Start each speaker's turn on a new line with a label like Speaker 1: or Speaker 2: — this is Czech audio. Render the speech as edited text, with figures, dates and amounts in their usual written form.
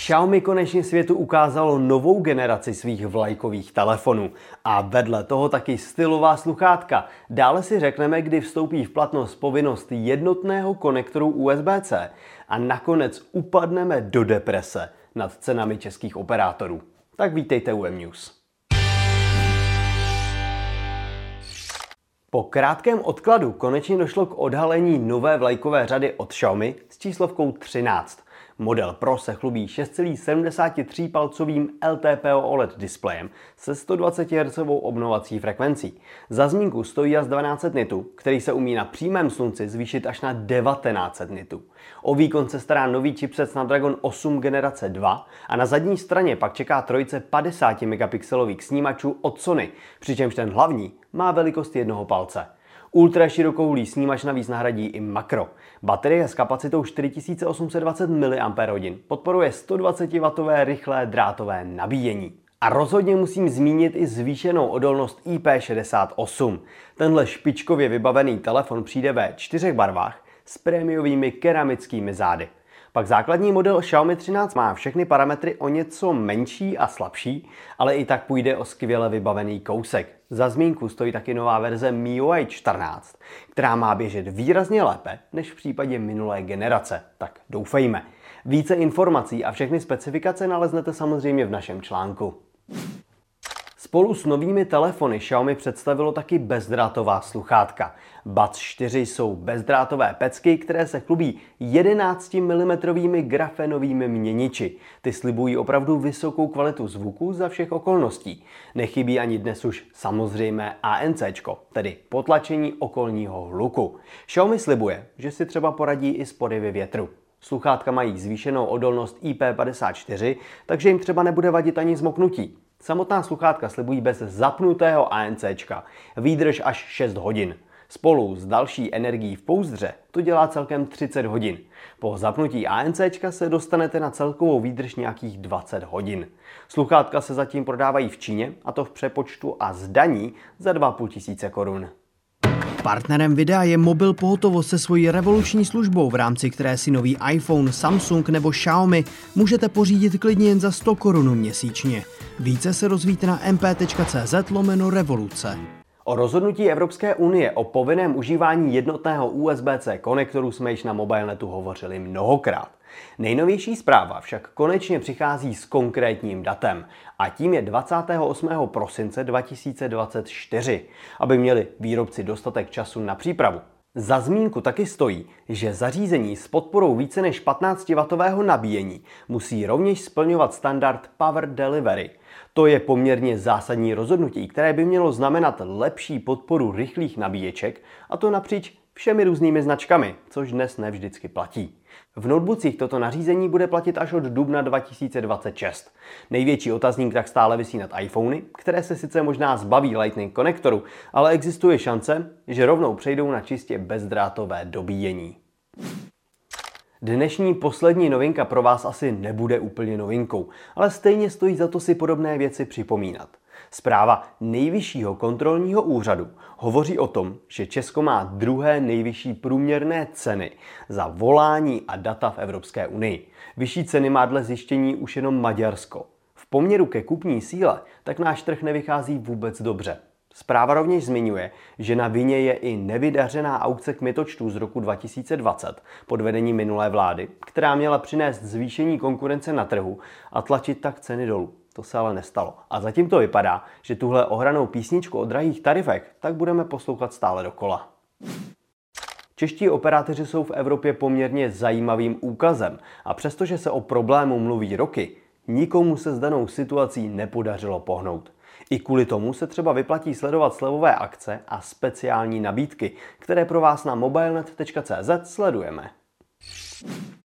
Speaker 1: Xiaomi konečně světu ukázalo novou generaci svých vlajkových telefonů a vedle toho taky stylová sluchátka. Dále si řekneme, kdy vstoupí v platnost povinnost jednotného konektoru USB-C a nakonec upadneme do deprese nad cenami českých operátorů. Tak vítejte u M-News. Po krátkém odkladu konečně došlo k odhalení nové vlajkové řady od Xiaomi s číslovkou 13. Model Pro se chlubí 6,73-palcovým LTPO OLED displejem se 120 Hz obnovací frekvencí. Za zmínku stojí jas 1200 nitů, který se umí na přímém slunci zvýšit až na 1900 nitů. O výkon se stará nový chipset Snapdragon 8 generace 2 a na zadní straně pak čeká trojice 50 megapixelových snímačů od Sony, přičemž ten hlavní má velikost jednoho palce. Ultra širokouhlý snímač navíc nahradí i makro. Baterie s kapacitou 4820 mAh podporuje 120W rychlé drátové nabíjení. A rozhodně musím zmínit i zvýšenou odolnost IP68. Tenhle špičkově vybavený telefon přijde ve 4 barvách s prémiovými keramickými zády. Pak základní model Xiaomi 13 má všechny parametry o něco menší a slabší, ale i tak půjde o skvěle vybavený kousek. Za zmínku stojí taky nová verze MIUI 14, která má běžet výrazně lépe než v případě minulé generace, tak doufejme. Více informací a všechny specifikace naleznete samozřejmě v našem článku. Spolu s novými telefony Xiaomi představilo taky bezdrátová sluchátka. Buds 4 jsou bezdrátové pecky, které se chlubí 11 mm grafenovými měniči. Ty slibují opravdu vysokou kvalitu zvuku za všech okolností. Nechybí ani dnes už samozřejmé ANCčko, tedy potlačení okolního hluku. Xiaomi slibuje, že si třeba poradí i s porivy větru. Sluchátka mají zvýšenou odolnost IP54, takže jim třeba nebude vadit ani zmoknutí. Samotná sluchátka slibují bez zapnutého ANCčka výdrž až 6 hodin. Spolu s další energií v pouzdře to dělá celkem 30 hodin. Po zapnutí ANCčka se dostanete na celkovou výdrž nějakých 20 hodin. Sluchátka se zatím prodávají v Číně, a to v přepočtu a z daní za 2500 korun.
Speaker 2: Partnerem videa je Mobil Pohotovost se svojí revoluční službou, v rámci které si nový iPhone, Samsung nebo Xiaomi můžete pořídit klidně jen za 100 korun měsíčně. Více se dozvíte na mp.cz/revoluce.
Speaker 1: O rozhodnutí Evropské unie o povinném užívání jednotného USB-C konektoru jsme již na Mobilnetu hovořili mnohokrát. Nejnovější zpráva však konečně přichází s konkrétním datem a tím je 28. prosince 2024, aby měli výrobci dostatek času na přípravu. Za zmínku taky stojí, že zařízení s podporou více než 15W nabíjení musí rovněž splňovat standard Power Delivery. To je poměrně zásadní rozhodnutí, které by mělo znamenat lepší podporu rychlých nabíječek, a to napříč všemi různými značkami, což dnes nevždycky platí. V notebookích toto nařízení bude platit až od dubna 2026. Největší otazník tak stále visí nad iPhony, které se sice možná zbaví Lightning konektoru, ale existuje šance, že rovnou přejdou na čistě bezdrátové dobíjení. Dnešní poslední novinka pro vás asi nebude úplně novinkou, ale stejně stojí za to si podobné věci připomínat. Zpráva Nejvyššího kontrolního úřadu hovoří o tom, že Česko má druhé nejvyšší průměrné ceny za volání a data v Evropské unii. Vyšší ceny má dle zjištění už jenom Maďarsko. V poměru ke kupní síle tak náš trh nevychází vůbec dobře. Zpráva rovněž zmiňuje, že na vině je i nevydařená aukce kmitočtů z roku 2020 pod vedením minulé vlády, která měla přinést zvýšení konkurence na trhu a tlačit tak ceny dolů. To se ale nestalo. A zatím to vypadá, že tuhle ohranou písničku o drahých tarifech tak budeme poslouchat stále dokola. Čeští operátoři jsou v Evropě poměrně zajímavým úkazem a přestože se o problému mluví roky, nikomu se s danou situací nepodařilo pohnout. I kvůli tomu se třeba vyplatí sledovat slevové akce a speciální nabídky, které pro vás na mobilnet.cz sledujeme.